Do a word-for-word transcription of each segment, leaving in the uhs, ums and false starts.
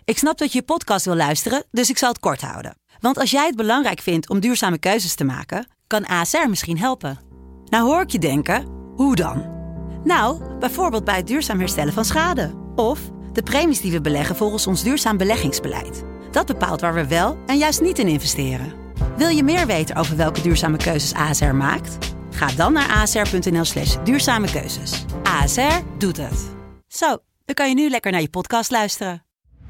Ik snap dat je je podcast wil luisteren, dus ik zal het kort houden. Want als jij het belangrijk vindt om duurzame keuzes te maken, kan A S R misschien helpen. Nou hoor ik je denken, hoe dan? Nou, bijvoorbeeld bij het duurzaam herstellen van schade. Of de premies die we beleggen volgens ons duurzaam beleggingsbeleid. Dat bepaalt waar we wel en juist niet in investeren. Wil je meer weten over welke duurzame keuzes A S R maakt? Ga dan naar asr.nl slash duurzame keuzes. A S R doet het. Zo, dan kan je nu lekker naar je podcast luisteren.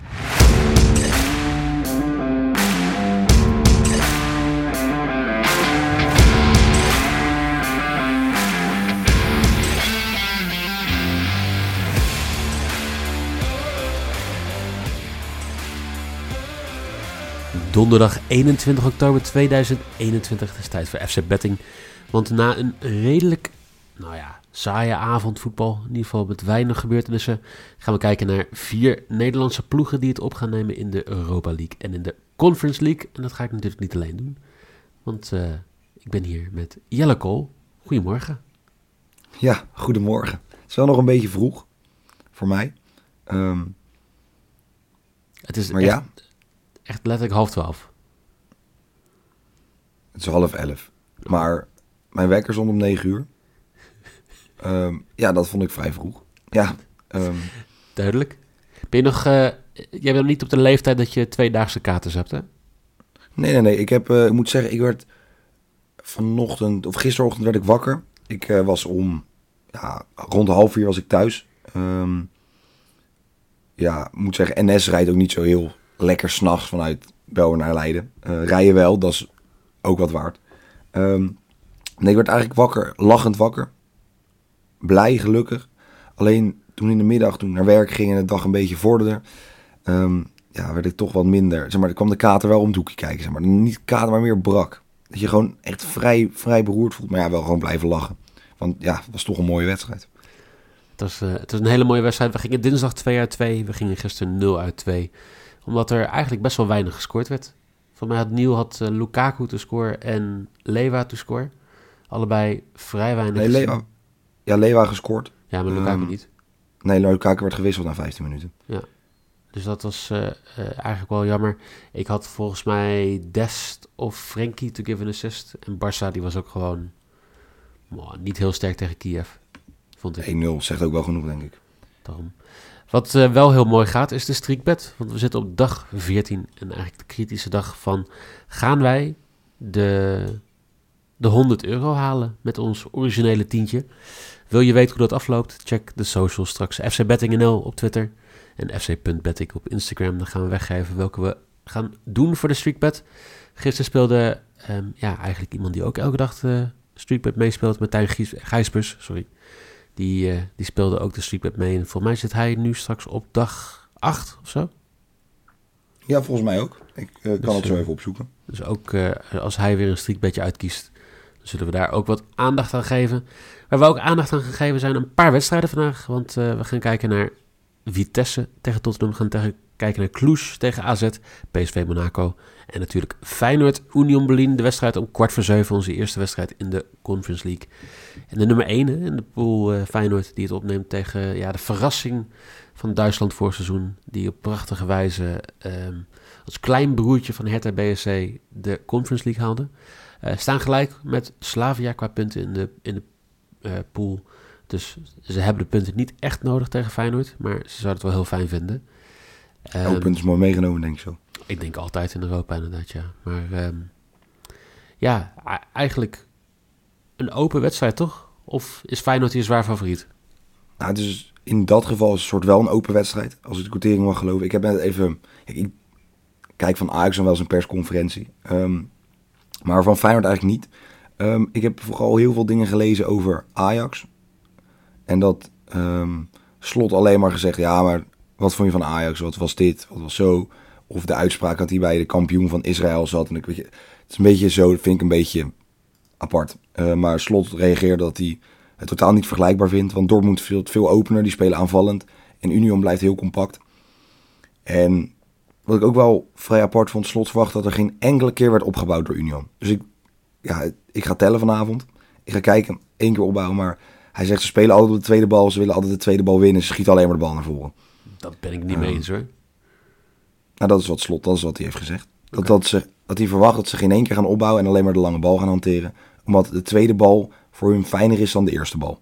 Donderdag eenentwintig oktober tweeduizend eenentwintig. Het is tijd voor F C Betting. Want na een redelijk, nou ja, saaie avond voetbal, in ieder geval met weinig gebeurtenissen, gaan we kijken naar vier Nederlandse ploegen die het op gaan nemen in de Europa League en in de Conference League. En dat ga ik natuurlijk niet alleen doen, want uh, ik ben hier met Jelle Kool. Goedemorgen. Ja, goedemorgen. Het is wel nog een beetje vroeg voor mij. Um, het is maar echt, ja. echt letterlijk half twaalf. Het is half elf. Maar mijn wekker stond om negen uur. Um, ja, dat vond ik vrij vroeg. Ja. Um, Duidelijk. Ben je nog... Uh, jij bent nog niet op de leeftijd dat je tweedaagse katers hebt, hè? Nee, nee, nee. Ik heb, uh, ik moet zeggen, ik werd vanochtend, of gisterochtend werd ik wakker. Ik uh, was om, ja, rond half vier was ik thuis. Um, ja, ik moet zeggen, N S rijdt ook niet zo heel lekker 's nachts vanuit België naar Leiden. Uh, rijden wel, dat is ook wat waard. Um, nee, ik werd eigenlijk wakker, lachend wakker. Blij, gelukkig. Alleen toen in de middag, toen ik naar werk ging en de dag een beetje vorderde, um, ja, werd ik toch wat minder. Zeg maar, er kwam de kater wel om het hoekje kijken, zeg maar. Niet kater, maar meer brak. Dat je gewoon echt vrij, vrij beroerd voelt, maar ja, wel gewoon blijven lachen. Want ja, het was toch een mooie wedstrijd. Het was, uh, het was een hele mooie wedstrijd. We gingen dinsdag twee uit twee, we gingen gisteren nul uit twee. Omdat er eigenlijk best wel weinig gescoord werd. Voor mij had Niel had uh, Lukaku te scoren en Lewa te scoren. Allebei vrij weinig. Nee, Lewa, ja, Lewa gescoord. Ja, maar Lukaku um, niet. Nee, Lukaku werd gewisseld na vijftien minuten. Ja, dus dat was uh, uh, eigenlijk wel jammer. Ik had volgens mij Dest of Frenkie to give an assist. En Barça die was ook gewoon oh, niet heel sterk tegen Kiev, vond ik. één nul zegt ook wel genoeg, denk ik. Daarom. Wat uh, wel heel mooi gaat, is de streakbet. Want we zitten op dag veertien. En eigenlijk de kritische dag van... gaan wij de, de honderd euro halen met ons originele tientje? Wil je weten hoe dat afloopt? Check de socials straks. F C Betting N L op Twitter. En f c punt betting op Instagram. Dan gaan we weggeven welke we gaan doen voor de streakbet. Gisteren speelde um, ja, eigenlijk iemand die ook elke dag de streakbet meespeelt. Martijn Gies, Gijspers, sorry. Die, uh, die speelde ook de streakbet mee. En volgens mij zit hij nu straks op dag acht of zo. Ja, volgens mij ook. Ik uh, kan dus, het zo uh, even opzoeken. Dus ook uh, als hij weer een streakbetje uitkiest, dan zullen we daar ook wat aandacht aan geven. Waar we ook aandacht aan gegeven zijn een paar wedstrijden vandaag. Want uh, we gaan kijken naar Vitesse tegen Tottenham. We gaan tegen, kijken naar Cluj tegen A Z, P S V Monaco. En natuurlijk Feyenoord Union Berlin. De wedstrijd om kwart voor zeven. Onze eerste wedstrijd in de Conference League. En de nummer één in de pool uh, Feyenoord die het opneemt tegen ja, de verrassing van Duitsland vorig seizoen. Die op prachtige wijze um, als klein broertje van Hertha B S C de Conference League haalde. Uh, staan gelijk met Slavia qua punten in de, in de uh, pool. Dus ze hebben de punten niet echt nodig tegen Feyenoord. Maar ze zouden het wel heel fijn vinden. Um, Elk punt is mooi meegenomen, denk ik zo. Ik denk altijd in Europa inderdaad, ja. Maar um, ja, a- eigenlijk een open wedstrijd, toch? Of is Feyenoord hier zwaar favoriet? Nou, het is in dat geval is het soort wel een open wedstrijd. Als ik de quotering mag geloven. Ik heb net even... Kijk, ik kijk van Ajax dan wel eens een persconferentie. Um, maar van Feyenoord eigenlijk niet. Um, ik heb vooral heel veel dingen gelezen over Ajax. En dat um, Slot alleen maar gezegd... Ja, maar wat vond je van Ajax? Wat was dit? Wat was zo? Of de uitspraak dat hij bij de kampioen van Israël zat. En ik weet je, het is een beetje zo, dat vind ik een beetje apart. Uh, maar Slot reageerde dat hij het totaal niet vergelijkbaar vindt. Want Dortmund speelt veel opener, die spelen aanvallend. En Union blijft heel compact. En wat ik ook wel vrij apart vond, Slot verwacht dat er geen enkele keer werd opgebouwd door Union. Dus ik, ja, ik ga tellen vanavond. Ik ga kijken, één keer opbouwen. Maar hij zegt, ze spelen altijd op de tweede bal. Ze willen altijd de tweede bal winnen. Ze schieten alleen maar de bal naar voren. Dat ben ik niet uh, mee eens hoor. Nou, dat is wat Slot, dat is wat hij heeft gezegd. Dat, Oké. dat, ze, dat hij verwacht dat ze geen één keer gaan opbouwen en alleen maar de lange bal gaan hanteren. Omdat de tweede bal voor hun fijner is dan de eerste bal.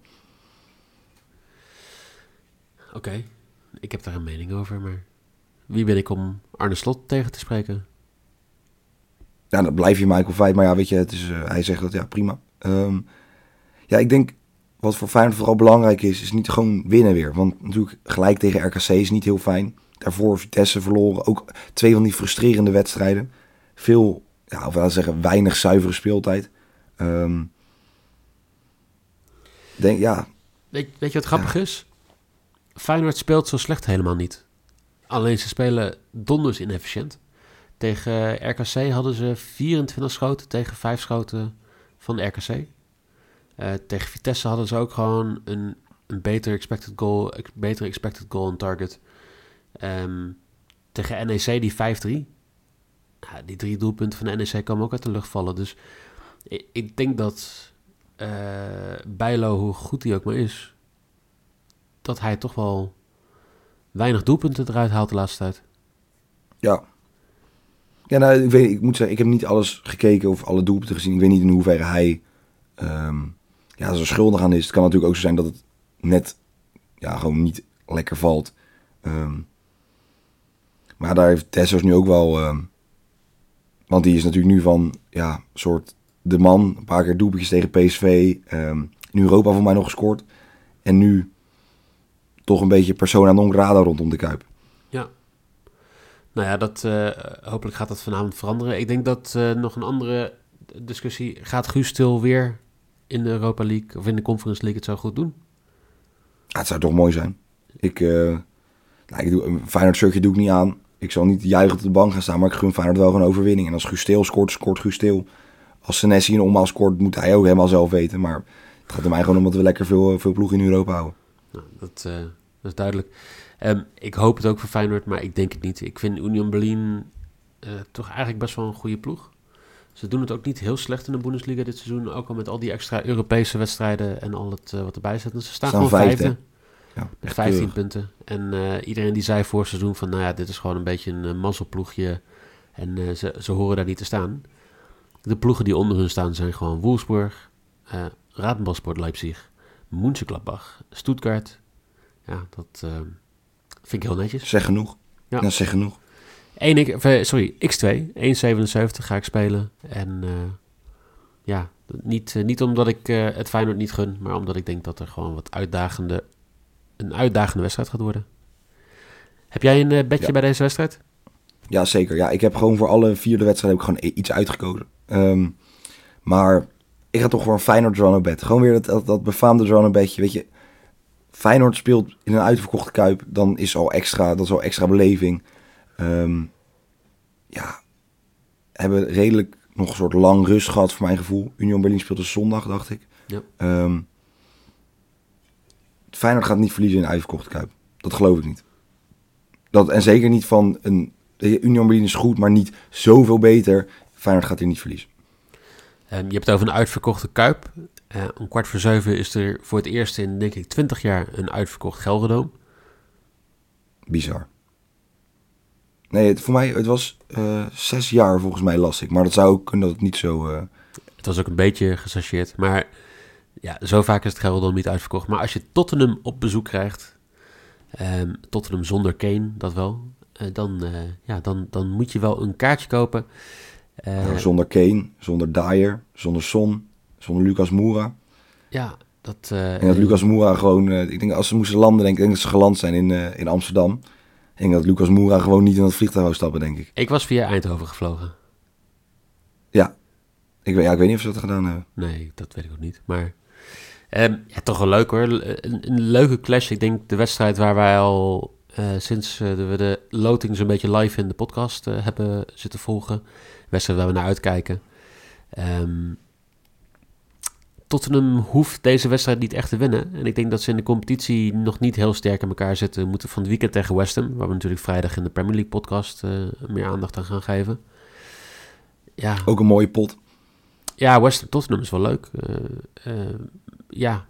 Oké, okay. Ik heb daar een mening over, maar wie ben ik om Arne Slot tegen te spreken? Ja, dan blijf je Michael Veit, maar ja, weet je, het is, uh, hij zegt dat, ja, prima. Um, ja, ik denk, wat voor Feyenoord vooral belangrijk is, is niet gewoon winnen weer. Want natuurlijk, gelijk tegen R K C is niet heel fijn. Daarvoor Vitesse verloren, ook twee van die frustrerende wedstrijden. Veel, ja, of laten we zeggen, weinig zuivere speeltijd. Um, denk, ja. Weet, weet je wat grappig ja. is? Feyenoord speelt zo slecht helemaal niet. Alleen ze spelen donders inefficiënt. Tegen R K C hadden ze vierentwintig schoten tegen vijf schoten van R K C. Uh, tegen Vitesse hadden ze ook gewoon een, een beter expected goal, beter expected goal on target. Um, tegen N E C die vijf drie. Ja, die drie doelpunten van de N E C komen ook uit de lucht vallen. Dus ik, ik denk dat uh, Bijlo, hoe goed hij ook maar is, dat hij toch wel weinig doelpunten eruit haalt de laatste tijd. Ja. Ja, nou, ik, weet, ik moet zeggen, ik heb niet alles gekeken of alle doelpunten gezien. Ik weet niet in hoeverre hij um, ja, er schuldig aan is. Het kan natuurlijk ook zo zijn dat het net ja, gewoon niet lekker valt. Um, maar daar heeft Tessos nu ook wel... Um, want die is natuurlijk nu van, ja, soort de man. Een paar keer doelpuntjes tegen P S V. Um, in Europa voor mij nog gescoord. En nu toch een beetje persona non grata rondom de Kuip. Ja. Nou ja, dat, uh, hopelijk gaat dat vanavond veranderen. Ik denk dat uh, nog een andere discussie... Gaat Guus Til weer in de Europa League of in de Conference League het zo goed doen? Ja, het zou toch mooi zijn. Ik, uh, nou, ik doe, een Feyenoord shirtje doe ik niet aan. Ik zal niet juichend op de bank gaan staan, maar ik gun Feyenoord wel gewoon overwinning. En als Guus Til scoort, scoort Guus Til. Als Senesi een omhaal scoort, moet hij ook helemaal zelf weten. Maar het gaat er mij gewoon om dat we lekker veel, veel ploegen in Europa houden. Nou, dat, uh, dat is duidelijk. Um, ik hoop het ook voor Feyenoord, maar ik denk het niet. Ik vind Union Berlin uh, toch eigenlijk best wel een goede ploeg. Ze doen het ook niet heel slecht in de Bundesliga dit seizoen. Ook al met al die extra Europese wedstrijden en al het uh, wat erbij zit. Dus ze staan, staan gewoon vijfde. Ja, met vijftien keurig. Punten. En uh, iedereen die zei voor het seizoen van... nou ja, dit is gewoon een beetje een uh, mazzelploegje. En uh, ze, ze horen daar niet te staan. De ploegen die onder hun staan zijn gewoon Wolfsburg... Uh, Ratenballsport Leipzig... Mönchengladbach... Stuttgart. Ja, dat uh, vind ik heel netjes. Zeg genoeg. Ja, ja zeg genoeg. Eén, sorry, X twee. één komma zevenenzeventig ga ik spelen. En uh, ja, niet, uh, niet omdat ik uh, het Feyenoord niet gun... maar omdat ik denk dat er gewoon wat uitdagende... een uitdagende wedstrijd gaat worden. Heb jij een uh, bedje ja. bij deze wedstrijd? Ja, zeker. Ja, ik heb gewoon voor alle vierde wedstrijden heb ik gewoon iets uitgekozen. Um, maar ik ga toch voor een Feyenoord Zorano bed. Gewoon weer dat, dat, dat befaamde Zorano bedje. Weet je, Feyenoord speelt in een uitverkochte Kuip. Dan is al extra, dat is al extra beleving. Um, ja, hebben redelijk nog een soort lang rust gehad voor mijn gevoel. Union Berlin speelt dus zondag, dacht ik. Ja. Um, Feyenoord gaat niet verliezen in een uitverkochte Kuip. Dat geloof ik niet. Dat, en zeker niet van een... Union Berlin is goed, maar niet zoveel beter. Feyenoord gaat hier niet verliezen. Um, je hebt het over een uitverkochte Kuip. Uh, om kwart voor zeven is er voor het eerst in, denk ik, twintig jaar een uitverkocht Gelredome. Bizar. Nee, het, voor mij, het was uh, zes jaar volgens mij lastig. Maar dat zou ook kunnen dat het niet zo... Uh... Het was ook een beetje gechargeerd. Maar ja, zo vaak is het Gelredome niet uitverkocht. Maar als je Tottenham op bezoek krijgt... Um, Tottenham zonder Kane, dat wel... Uh, dan, uh, ja, dan, dan moet je wel een kaartje kopen. Uh, nou, zonder Kane, zonder Dyer, zonder Son, zonder Lucas Moura. Ja, dat... Uh, en dat Lucas Moura gewoon... Uh, ik denk als ze moesten landen, denk ik, denk dat ze geland zijn in, uh, in Amsterdam. Ik denk dat Lucas Moura gewoon niet in dat vliegtuig zou stappen, denk ik. Ik was via Eindhoven gevlogen. Ja. Ik weet, ja, ik weet niet of ze dat gedaan hebben. Nee, dat weet ik ook niet. Maar um, ja, toch wel leuk hoor. Een, een leuke clash. Ik denk de wedstrijd waar wij al... Uh, sinds uh, we de loting zo'n beetje live in de podcast uh, hebben zitten volgen. Wedstrijd waar we naar uitkijken. Um, Tottenham hoeft deze wedstrijd niet echt te winnen. En ik denk dat ze in de competitie nog niet heel sterk in elkaar zitten. We moeten van het weekend tegen West Ham, waar we natuurlijk vrijdag in de Premier League podcast uh, meer aandacht aan gaan geven. Ja. Ook een mooie pot. Ja, West Ham Tottenham is wel leuk. Uh, uh, ja.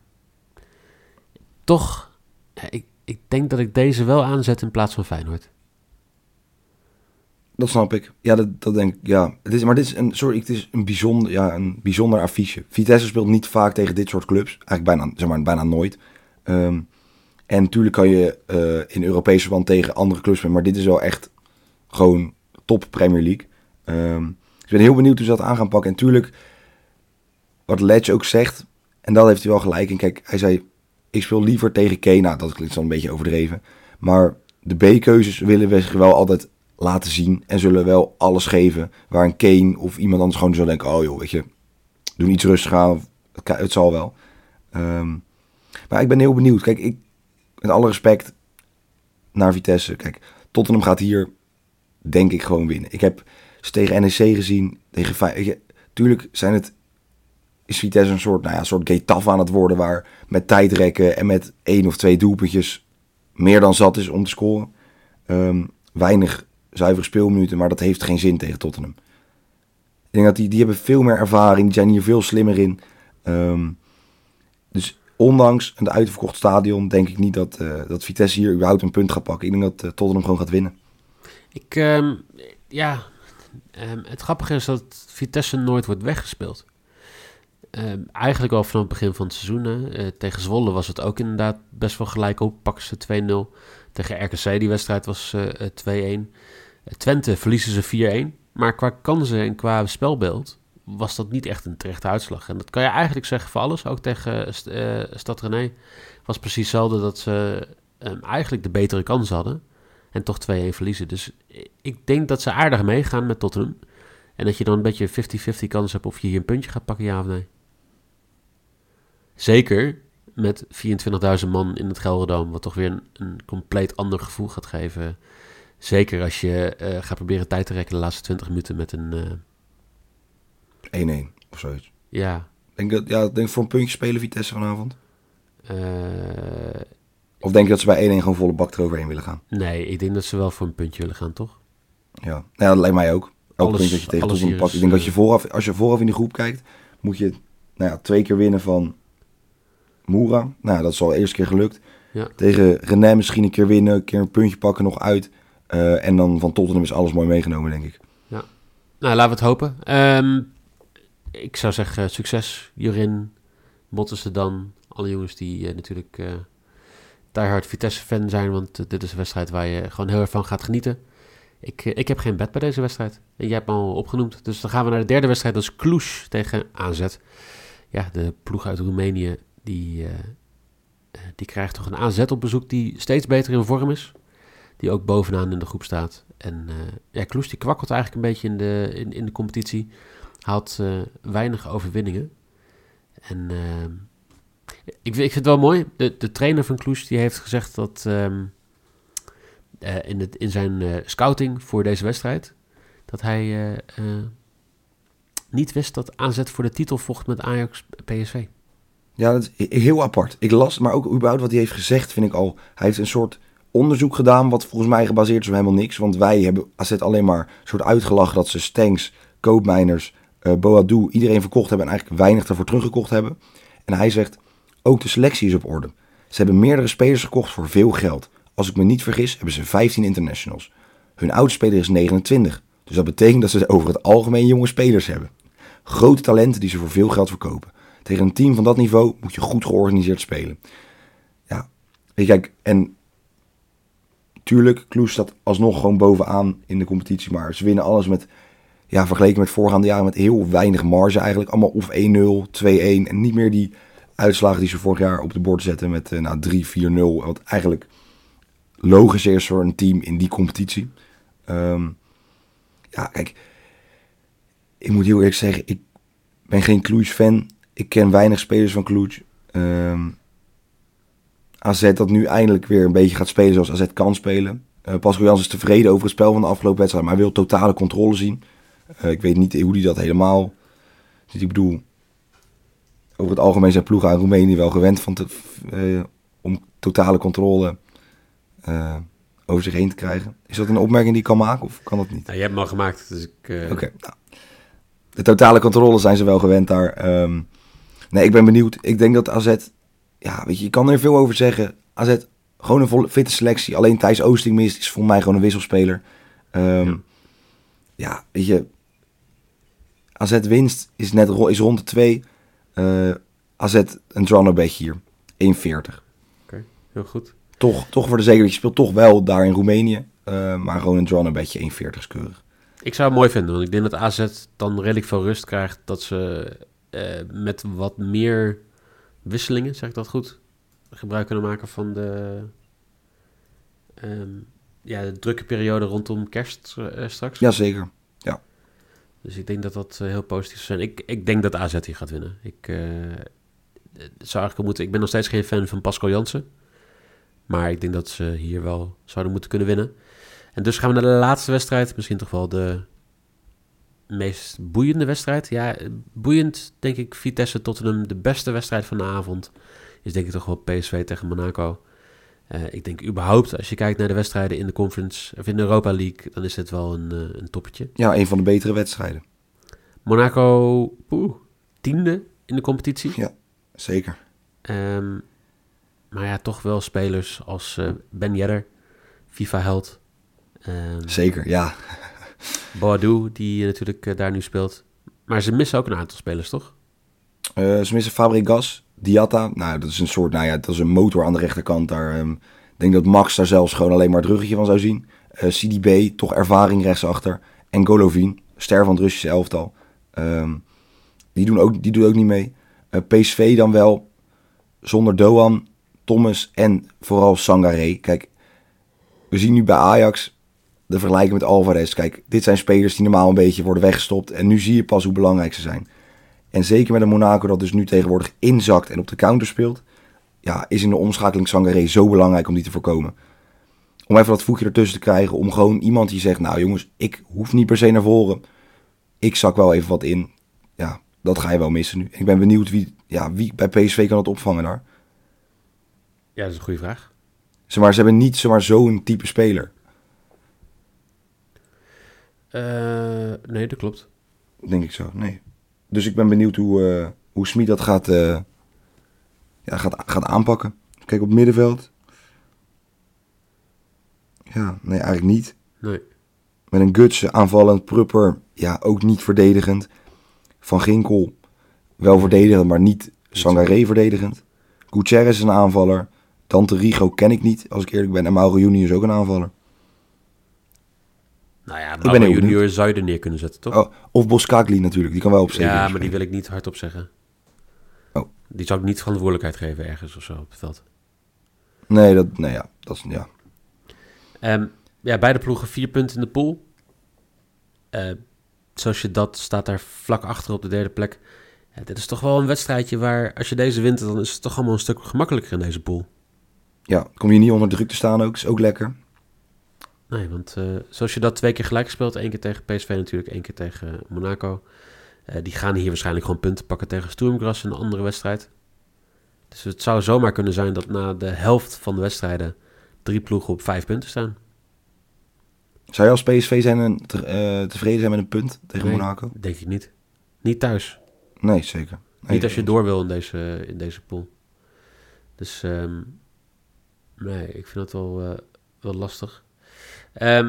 Toch, ik... Ik denk dat ik deze wel aanzet in plaats van Feyenoord. Dat snap ik. Ja, dat, dat denk ik. Ja. Het is, maar dit is een, sorry, het is een bijzonder, ja, een bijzonder affiche. Vitesse speelt niet vaak tegen dit soort clubs. Eigenlijk bijna, zeg maar, bijna nooit. Um, en natuurlijk kan je uh, in Europese verband tegen andere clubs spelen. Maar dit is wel echt gewoon top Premier League. Um, dus ik ben heel benieuwd hoe ze dat aan gaan pakken. En natuurlijk, wat Ledge ook zegt, en dat heeft hij wel gelijk in. Kijk, hij zei, ik speel liever tegen Kane. Nou, dat klinkt dan een beetje overdreven. Maar de B-keuzes willen we zich wel altijd laten zien. En zullen wel alles geven. Waar een Kane of iemand anders gewoon zal denken, oh joh, weet je, doe iets rustig aan. Het, het zal wel. Um, maar ik ben heel benieuwd. Kijk, ik, met alle respect naar Vitesse. Kijk, Tottenham gaat hier, denk ik, gewoon winnen. Ik heb ze tegen N E C gezien. Tegen Feyenoord. Tuurlijk zijn het, is Vitesse een soort, nou ja, een soort Getafe aan het worden. Waar met tijdrekken en met één of twee doelpuntjes meer dan zat is om te scoren. Um, weinig zuivere speelminuten, maar dat heeft geen zin tegen Tottenham. Ik denk dat die, die hebben veel meer ervaring. Die zijn hier veel slimmer in. Um, dus ondanks een uitverkocht stadion denk ik niet dat, uh, dat Vitesse hier überhaupt een punt gaat pakken. Ik denk dat uh, Tottenham gewoon gaat winnen. Ik, um, ja, um, het grappige is dat Vitesse nooit wordt weggespeeld. Um, eigenlijk al vanaf het begin van het seizoen. Uh, tegen Zwolle was het ook inderdaad best wel gelijk op. Pakken ze twee nul. Tegen R K C, die wedstrijd was uh, twee-een. Uh, Twente verliezen ze vier-een. Maar qua kansen en qua spelbeeld was dat niet echt een terechte uitslag. En dat kan je eigenlijk zeggen voor alles. Ook tegen uh, Stad Rennais was precies hetzelfde dat ze um, eigenlijk de betere kans hadden. En toch twee-een verliezen. Dus ik denk dat ze aardig meegaan met Tottenham. En dat je dan een beetje vijftig-vijftig kans hebt of je hier een puntje gaat pakken, ja of nee. Zeker met vierentwintigduizend man in het Gelderdoom, wat toch weer een, een compleet ander gevoel gaat geven. Zeker als je uh, gaat proberen tijd te rekken de laatste twintig minuten met een Uh... één-één of zoiets. Ja. Denk dat, ja, denk voor een puntje spelen Vitesse vanavond? Uh... Of denk je dat ze bij één-één gewoon volle bak eroverheen willen gaan? Nee, ik denk dat ze wel voor een puntje willen gaan, toch? Ja, nou ja, dat lijkt mij ook. Elk alles, puntje dat je tegen Tottenham pakt. Ik denk uh... dat je vooraf, als je vooraf in de groep kijkt, moet je nou ja, twee keer winnen van Moura. Nou, dat is al de eerste keer gelukt. Ja. Tegen Rennes misschien een keer winnen, een keer een puntje pakken nog uit. Uh, en dan van Tottenham is alles mooi meegenomen, denk ik. Ja. Nou, laten we het hopen. Um, ik zou zeggen, succes. Jorin, Bottessen dan. Alle jongens die uh, natuurlijk uh, diehard Vitesse-fan zijn. Want uh, dit is een wedstrijd waar je gewoon heel erg van gaat genieten. Ik, uh, ik heb geen bet bij deze wedstrijd. En jij hebt me al opgenoemd. Dus dan gaan we naar de derde wedstrijd. Dat is Cluj tegen A Z. Ja, de ploeg uit Roemenië, die, uh, die krijgt toch een A Z op bezoek die steeds beter in vorm is. Die ook bovenaan in de groep staat. En uh, ja, Cluj die kwakkelt eigenlijk een beetje in de, in, in de competitie. Haalt uh, weinig overwinningen. En uh, ik, ik vind het wel mooi. De, de trainer van Cluj die heeft gezegd dat um, uh, in, het, in zijn uh, scouting voor deze wedstrijd, dat hij uh, uh, niet wist dat A Z voor de titel vocht met Ajax P S V. Ja, dat is heel apart. Ik las, maar ook überhaupt wat hij heeft gezegd, vind ik al. Hij heeft een soort onderzoek gedaan, wat volgens mij gebaseerd is op helemaal niks. Want wij hebben A Z alleen maar een soort uitgelachen dat ze Stenks, Koopmeiners, uh, Boadou, iedereen verkocht hebben en eigenlijk weinig daarvoor teruggekocht hebben. En hij zegt, ook de selectie is op orde. Ze hebben meerdere spelers gekocht voor veel geld. Als ik me niet vergis, hebben ze vijftien internationals. Hun oudste speler is negenentwintig. Dus dat betekent dat ze over het algemeen jonge spelers hebben. Grote talenten die ze voor veel geld verkopen. Tegen een team van dat niveau moet je goed georganiseerd spelen. Ja, weet je, kijk, en tuurlijk, Cluj staat alsnog gewoon bovenaan in de competitie. Maar ze winnen alles met, ja, vergeleken met voorgaande jaren, met heel weinig marge eigenlijk. Allemaal of één nul, twee-een en niet meer die uitslagen die ze vorig jaar op de bord zetten met uh, nou, drie vier nul. Wat eigenlijk logisch is voor een team in die competitie. Um, ja, kijk, ik moet heel eerlijk zeggen, ik ben geen Cluj-fan. Ik ken weinig spelers van Cluj. Um, A Z dat nu eindelijk weer een beetje gaat spelen zoals A Z kan spelen. Uh, Pascal Jans is tevreden over het spel van de afgelopen wedstrijd, maar hij wil totale controle zien. Uh, ik weet niet hoe hij dat helemaal ziet. Ik bedoel, over het algemeen zijn ploegen aan Roemenië wel gewend van te, uh, om totale controle uh, over zich heen te krijgen. Is dat een opmerking die ik kan maken of kan dat niet? Nou, je hebt hem al gemaakt, dus ik... Uh... Oké, okay, nou. De totale controle zijn ze wel gewend daar. Um, nee, ik ben benieuwd. Ik denk dat A Z... Ja, weet je, je kan er veel over zeggen. A Z, gewoon een volle, fitte selectie. Alleen Thijs Oosting mist, is volgens mij gewoon een wisselspeler. Um, ja. ja, weet je, A Z winst is net ro- is rond de twee. Uh, A Z een draw bedje hier, één veertig. Oké, okay, heel goed. Toch, toch voor de zekerheid, je speelt toch wel daar in Roemenië, uh, maar gewoon een draw bedje één veertig is keurig. Ik zou het mooi vinden, want ik denk dat A Z dan redelijk veel rust krijgt, dat ze uh, met wat meer wisselingen, zeg ik dat goed, gebruik kunnen maken van de, um, ja, de drukke periode rondom kerst uh, straks. Jazeker, ja. Dus ik denk dat dat uh, heel positief zou zijn. Ik, ik denk dat A Z hier gaat winnen. Ik uh, zou eigenlijk moeten. Ik ben nog steeds geen fan van Pascal Jansen, maar ik denk dat ze hier wel zouden moeten kunnen winnen. En dus gaan we naar de laatste wedstrijd. Misschien toch wel de meest boeiende wedstrijd. Ja, boeiend denk ik Vitesse Tottenham. De beste wedstrijd van de avond is denk ik toch wel P S V tegen Monaco. Uh, ik denk überhaupt, als je kijkt naar de wedstrijden in de Conference of in de Europa League, dan is dit wel een, uh, een toppetje. Ja, een van de betere wedstrijden. Monaco, poeh, tiende in de competitie. Ja, zeker. Um, maar ja, toch wel spelers als uh, Ben Yedder, FIFA-held. Um, zeker, ja. Boadou, die natuurlijk uh, daar nu speelt. Maar ze missen ook een aantal spelers, toch? Uh, ze missen Fabregas, Diatta. Nou, dat is een soort, nou ja, dat is een motor aan de rechterkant daar. Um, ik denk dat Max daar zelfs gewoon alleen maar het ruggetje van zou zien. Uh, C D B, toch ervaring rechtsachter. En Golovin, ster van het Russische elftal. Um, die, doen ook, die doet ook niet mee. Uh, P S V dan wel, zonder Doan, Thomas en vooral Sangaré. Kijk, we zien nu bij Ajax de vergelijking met Alvarez. Kijk, dit zijn spelers die normaal een beetje worden weggestopt. En nu zie je pas hoe belangrijk ze zijn. En zeker met een Monaco dat dus nu tegenwoordig inzakt en op de counter speelt. Ja, is in de omschakeling Sangaré zo belangrijk om die te voorkomen. Om even dat voetje ertussen te krijgen. Om gewoon iemand die zegt, nou jongens, ik hoef niet per se naar voren. Ik zak wel even wat in. Ja, dat ga je wel missen nu. Ik ben benieuwd wie, ja, wie bij P S V kan het opvangen daar. Ja, dat is een goede vraag. Zeg maar, ze hebben niet zomaar zo'n type speler. Uh, nee, dat klopt. Denk ik zo, nee. Dus ik ben benieuwd hoe, uh, hoe Smit dat gaat, uh, ja, gaat, gaat aanpakken. Kijk, op het middenveld. Ja, nee, eigenlijk niet. Nee. Met een Gutsen aanvallend, Prupper, ja, ook niet verdedigend. Van Ginkel, wel verdedigend, maar niet Sangaré verdedigend. Gutierrez is een aanvaller. Dante Rigo ken ik niet, als ik eerlijk ben. En Mauro Junior is ook een aanvaller. Nou ja, Mauro Junior zou je er neer kunnen zetten, toch? Oh, of Boskakli natuurlijk, die kan wel op zeven. Ja, maar die wil ik niet hardop zeggen. Oh. Die zou ik niet verantwoordelijkheid geven ergens of zo op het veld. Nee, dat, nee ja, dat is, ja. Um, ja, beide ploegen vier punten in de pool. Uh, zoals je dat staat daar vlak achter op de derde plek. Ja, dit is toch wel een wedstrijdje waar, als je deze wint, dan is het toch allemaal een stuk gemakkelijker in deze pool. Ja, kom je niet onder druk te staan ook, is ook lekker. Nee, want uh, zoals je dat twee keer gelijk speelt, één keer tegen P S V natuurlijk, één keer tegen Monaco. Uh, die gaan hier waarschijnlijk gewoon punten pakken tegen Sturm Graz in een andere wedstrijd. Dus het zou zomaar kunnen zijn dat na de helft van de wedstrijden drie ploegen op vijf punten staan. Zou je als P S V zijn en te, uh, tevreden zijn met een punt tegen nee, Monaco? Denk ik niet. Niet thuis. Nee, zeker. Nee, niet als je door wil in deze, in deze pool. Dus um, nee, ik vind het wel, uh, wel lastig. Um,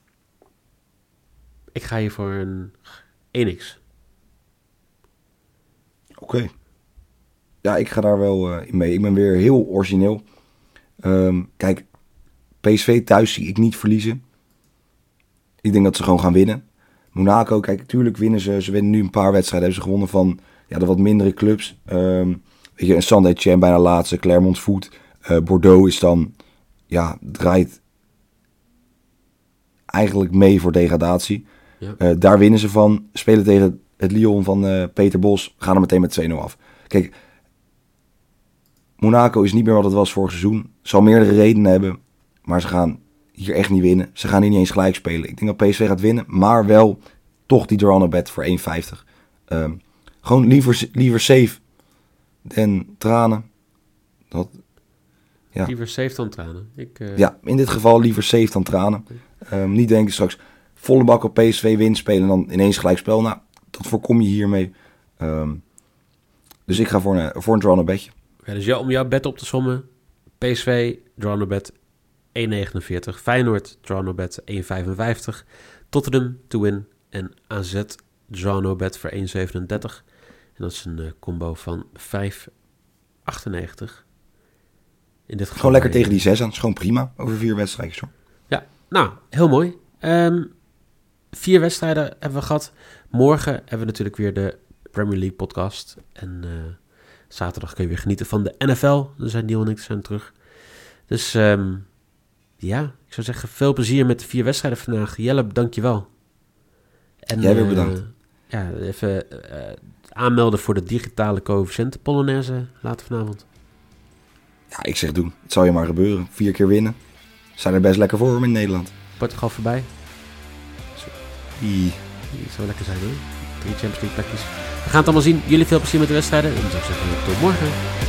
ik ga hier voor een één x. Oké. Okay. Ja, ik ga daar wel uh, in mee. Ik ben weer heel origineel. Um, kijk, P S V thuis zie ik niet verliezen. Ik denk dat ze gewoon gaan winnen. Monaco, kijk, natuurlijk winnen ze. Ze winnen nu een paar wedstrijden. Hebben ze gewonnen van ja, de wat mindere clubs. Um, weet je, een Saint-Étienne bijna laatste. Clermont Foot. Uh, Bordeaux is dan, ja, draait eigenlijk mee voor degradatie. Ja. Uh, daar winnen ze van. Spelen tegen het Lyon van uh, Peter Bos. Gaan er meteen met twee nul af. Kijk, Monaco is niet meer wat het was vorig seizoen. Zal meerdere redenen hebben. Maar ze gaan hier echt niet winnen. Ze gaan hier niet eens gelijk spelen. Ik denk dat P S V gaat winnen. Maar wel toch die draw bet voor één vijftig. Um, gewoon liever, liever safe dan tranen. Dat, ja. Liever safe dan tranen. Ik, uh... Ja, in dit geval liever safe dan tranen. Um, niet denken straks volle bak op P S V win spelen en dan ineens gelijk spel. Nou, dat voorkom je hiermee. Um, dus ik ga voor een, voor een draw bet. Ja, dus ja, om jouw bet op te sommen. P S V, draw bet één komma negenenveertig. Feyenoord, draw no bet één komma vijfenvijftig. Tottenham to win en A Z draw no bet voor één komma zevenendertig. En dat is een uh, combo van vijf komma achtennegentig. In dit geval gewoon lekker bij, tegen die zes aan. Dat is gewoon prima over vier wedstrijdjes. Hoor. Ja, nou, heel mooi. Um, vier wedstrijden hebben we gehad. Morgen hebben we natuurlijk weer de Premier League podcast. En uh, zaterdag kun je weer genieten van de N F L. Er zijn Neil en ik zijn terug. Dus um, ja, ik zou zeggen veel plezier met de vier wedstrijden vandaag. Jelle, dankjewel. En, Jij weer uh, bedankt. Ja, even uh, aanmelden voor de digitale coëfficiënten Polonaise later vanavond. Ja, ik zeg doen. Het zal je maar gebeuren. Vier keer winnen. Zijn er best lekker voor hem in Nederland. Portugal voorbij. Die... Die zou lekker zijn hoor. Drie Champions League plekjes. We gaan het allemaal zien. Jullie veel plezier met de wedstrijden. En dan zou ik zeggen tot morgen.